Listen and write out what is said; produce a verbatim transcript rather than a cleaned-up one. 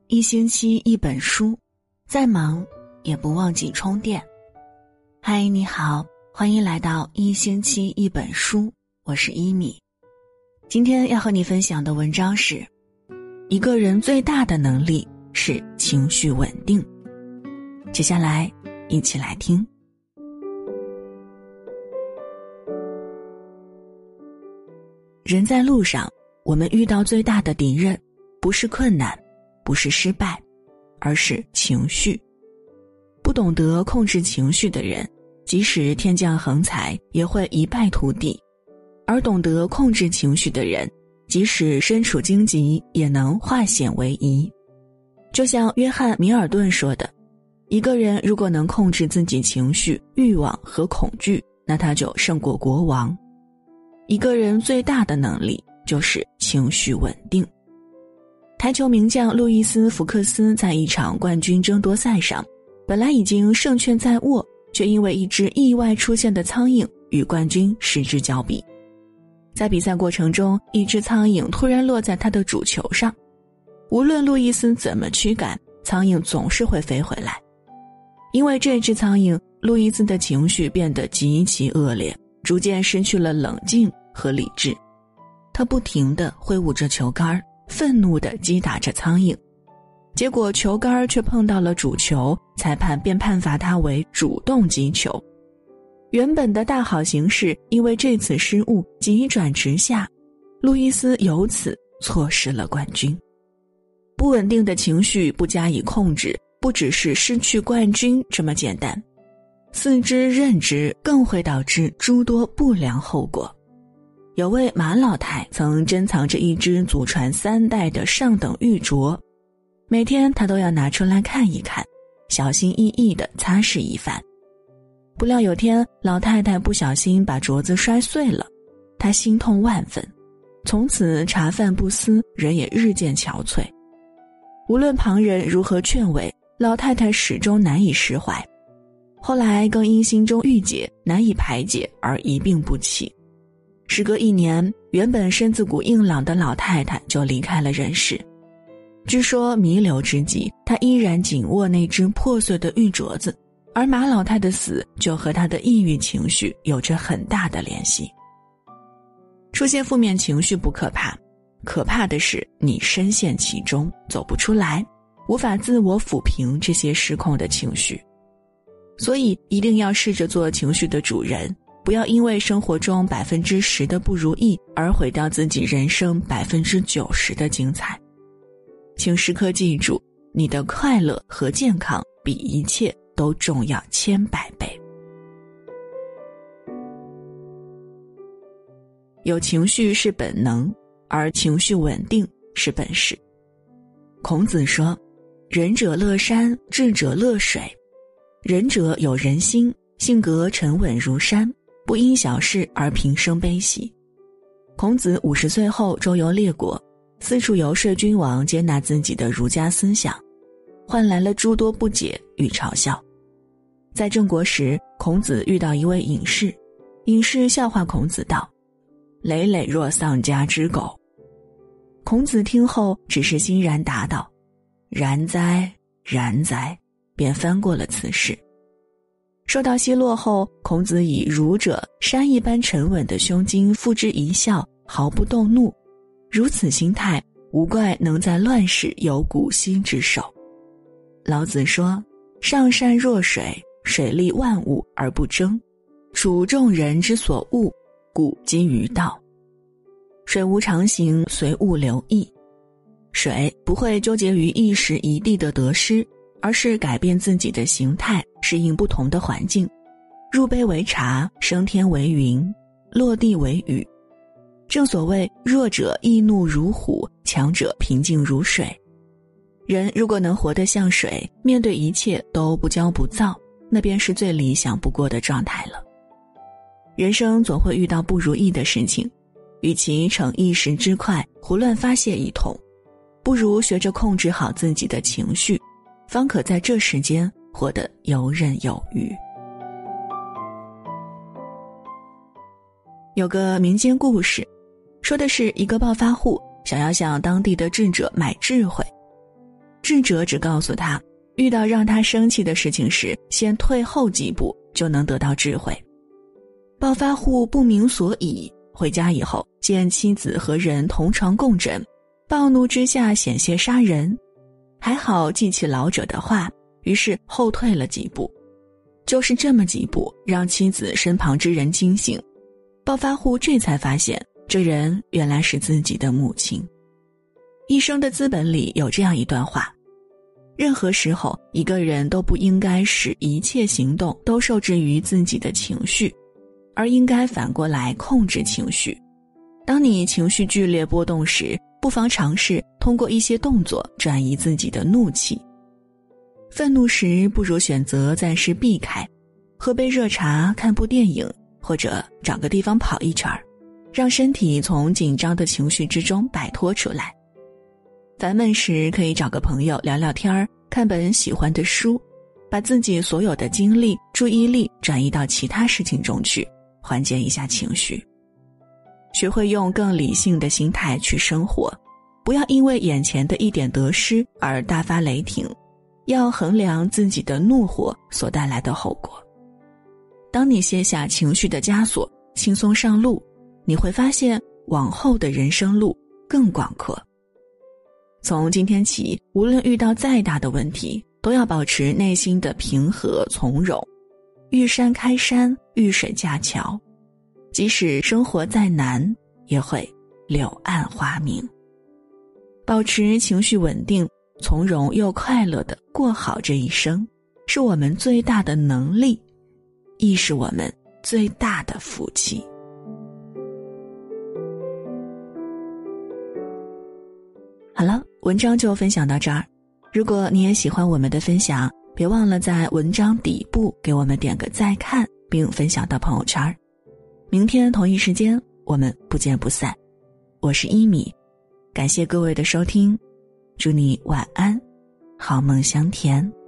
一星期一本书，再忙也不忘记充电。嗨，你好，欢迎来到一星期一本书，我是伊米。今天要和你分享的文章是：一个人最大的能力是情绪稳定。接下来一起来听。人在路上，我们遇到最大的敌人，不是困难，不是失败，而是情绪。不懂得控制情绪的人，即使天降横财也会一败涂地，而懂得控制情绪的人，即使身处荆棘也能化险为夷。就像约翰·米尔顿说的，一个人如果能控制自己情绪、欲望和恐惧，那他就胜过国王。一个人最大的能力就是情绪稳定。台球名将路易斯·福克斯在一场冠军争夺赛上，本来已经胜券在握，却因为一只意外出现的苍蝇与冠军失之交臂。在比赛过程中，一只苍蝇突然落在他的主球上，无论路易斯怎么驱赶，苍蝇总是会飞回来。因为这只苍蝇，路易斯的情绪变得极其恶劣，逐渐失去了冷静和理智。他不停地挥舞着球杆，愤怒地击打着苍蝇，结果球杆却碰到了主球，裁判便判罚他为主动击球。原本的大好形势因为这次失误急转直下，路易斯由此错失了冠军。不稳定的情绪不加以控制，不只是失去冠军这么简单，四肢认知更会导致诸多不良后果。有位马老太曾珍藏着一只祖传三代的上等玉镯，每天她都要拿出来看一看，小心翼翼地擦拭一番。不料有天，老太太不小心把镯子摔碎了，她心痛万分，从此茶饭不思，人也日渐憔悴。无论旁人如何劝慰，老太太始终难以释怀，后来更因心中郁结难以排解而一病不起。时隔一年，原本身子骨硬朗的老太太就离开了人世。据说弥留之际，她依然紧握那只破碎的玉镯子，而马老太的死就和她的抑郁情绪有着很大的联系。出现负面情绪不可怕，可怕的是你深陷其中走不出来，无法自我抚平这些失控的情绪。所以一定要试着做情绪的主人，不要因为生活中百分之十的不如意而毁掉自己人生百分之九十的精彩。请时刻记住，你的快乐和健康比一切都重要千百倍。有情绪是本能，而情绪稳定是本事。孔子说，仁者乐山，智者乐水。仁者有仁心，性格沉稳如山，不因小事而平生悲喜。孔子五十岁后周游列国，四处游说君王接纳自己的儒家思想，换来了诸多不解与嘲笑。在郑国时，孔子遇到一位隐士，隐士笑话孔子道：累累若丧家之狗。孔子听后只是欣然答道：然哉，然哉，便翻过了此事。受到奚落后，孔子以儒者山一般沉稳的胸襟付之一笑，毫不动怒。如此心态，无怪能在乱世有古稀之首。老子说，上善若水，水利万物而不争，处众人之所恶，故几于道。水无常形，随物流溢。水不会纠结于一时一地的得失，而是改变自己的形态，适应不同的环境。入杯为茶，升天为云，落地为雨。正所谓弱者易怒如虎，强者平静如水。人如果能活得像水，面对一切都不骄不躁，那便是最理想不过的状态了。人生总会遇到不如意的事情，与其逞一时之快胡乱发泄一通，不如学着控制好自己的情绪，方可在这世间活得游刃有余。有个民间故事，说的是一个暴发户想要向当地的智者买智慧。 智者只告诉他，遇到让他生气的事情时，先退后几步就能得到智慧。暴发户不明所以，回家以后见妻子和人同床共枕，暴怒之下险些杀人，还好记起老者的话，于是后退了几步。就是这么几步，让妻子身旁之人惊醒，暴发户这才发现这人原来是自己的母亲。一生的资本里有这样一段话，任何时候一个人都不应该使一切行动都受制于自己的情绪，而应该反过来控制情绪。当你情绪剧烈波动时，不妨尝试通过一些动作转移自己的怒气。愤怒时不如选择暂时避开，喝杯热茶，看部电影，或者找个地方跑一圈，让身体从紧张的情绪之中摆脱出来。烦闷时可以找个朋友聊聊天，看本喜欢的书，把自己所有的精力、注意力转移到其他事情中去，缓解一下情绪。学会用更理性的心态去生活，不要因为眼前的一点得失而大发雷霆，要衡量自己的怒火所带来的后果。当你卸下情绪的枷锁，轻松上路，你会发现往后的人生路更广阔。从今天起，无论遇到再大的问题，都要保持内心的平和从容，遇山开山，遇水架桥，即使生活再难，也会柳暗花明。保持情绪稳定，从容又快乐地过好这一生，是我们最大的能力，亦是我们最大的福气。好了，文章就分享到这儿。如果你也喜欢我们的分享，别忘了在文章底部给我们点个再看，并分享到朋友圈。明天同一时间，我们不见不散。我是一米，感谢各位的收听，祝你晚安，好梦香甜。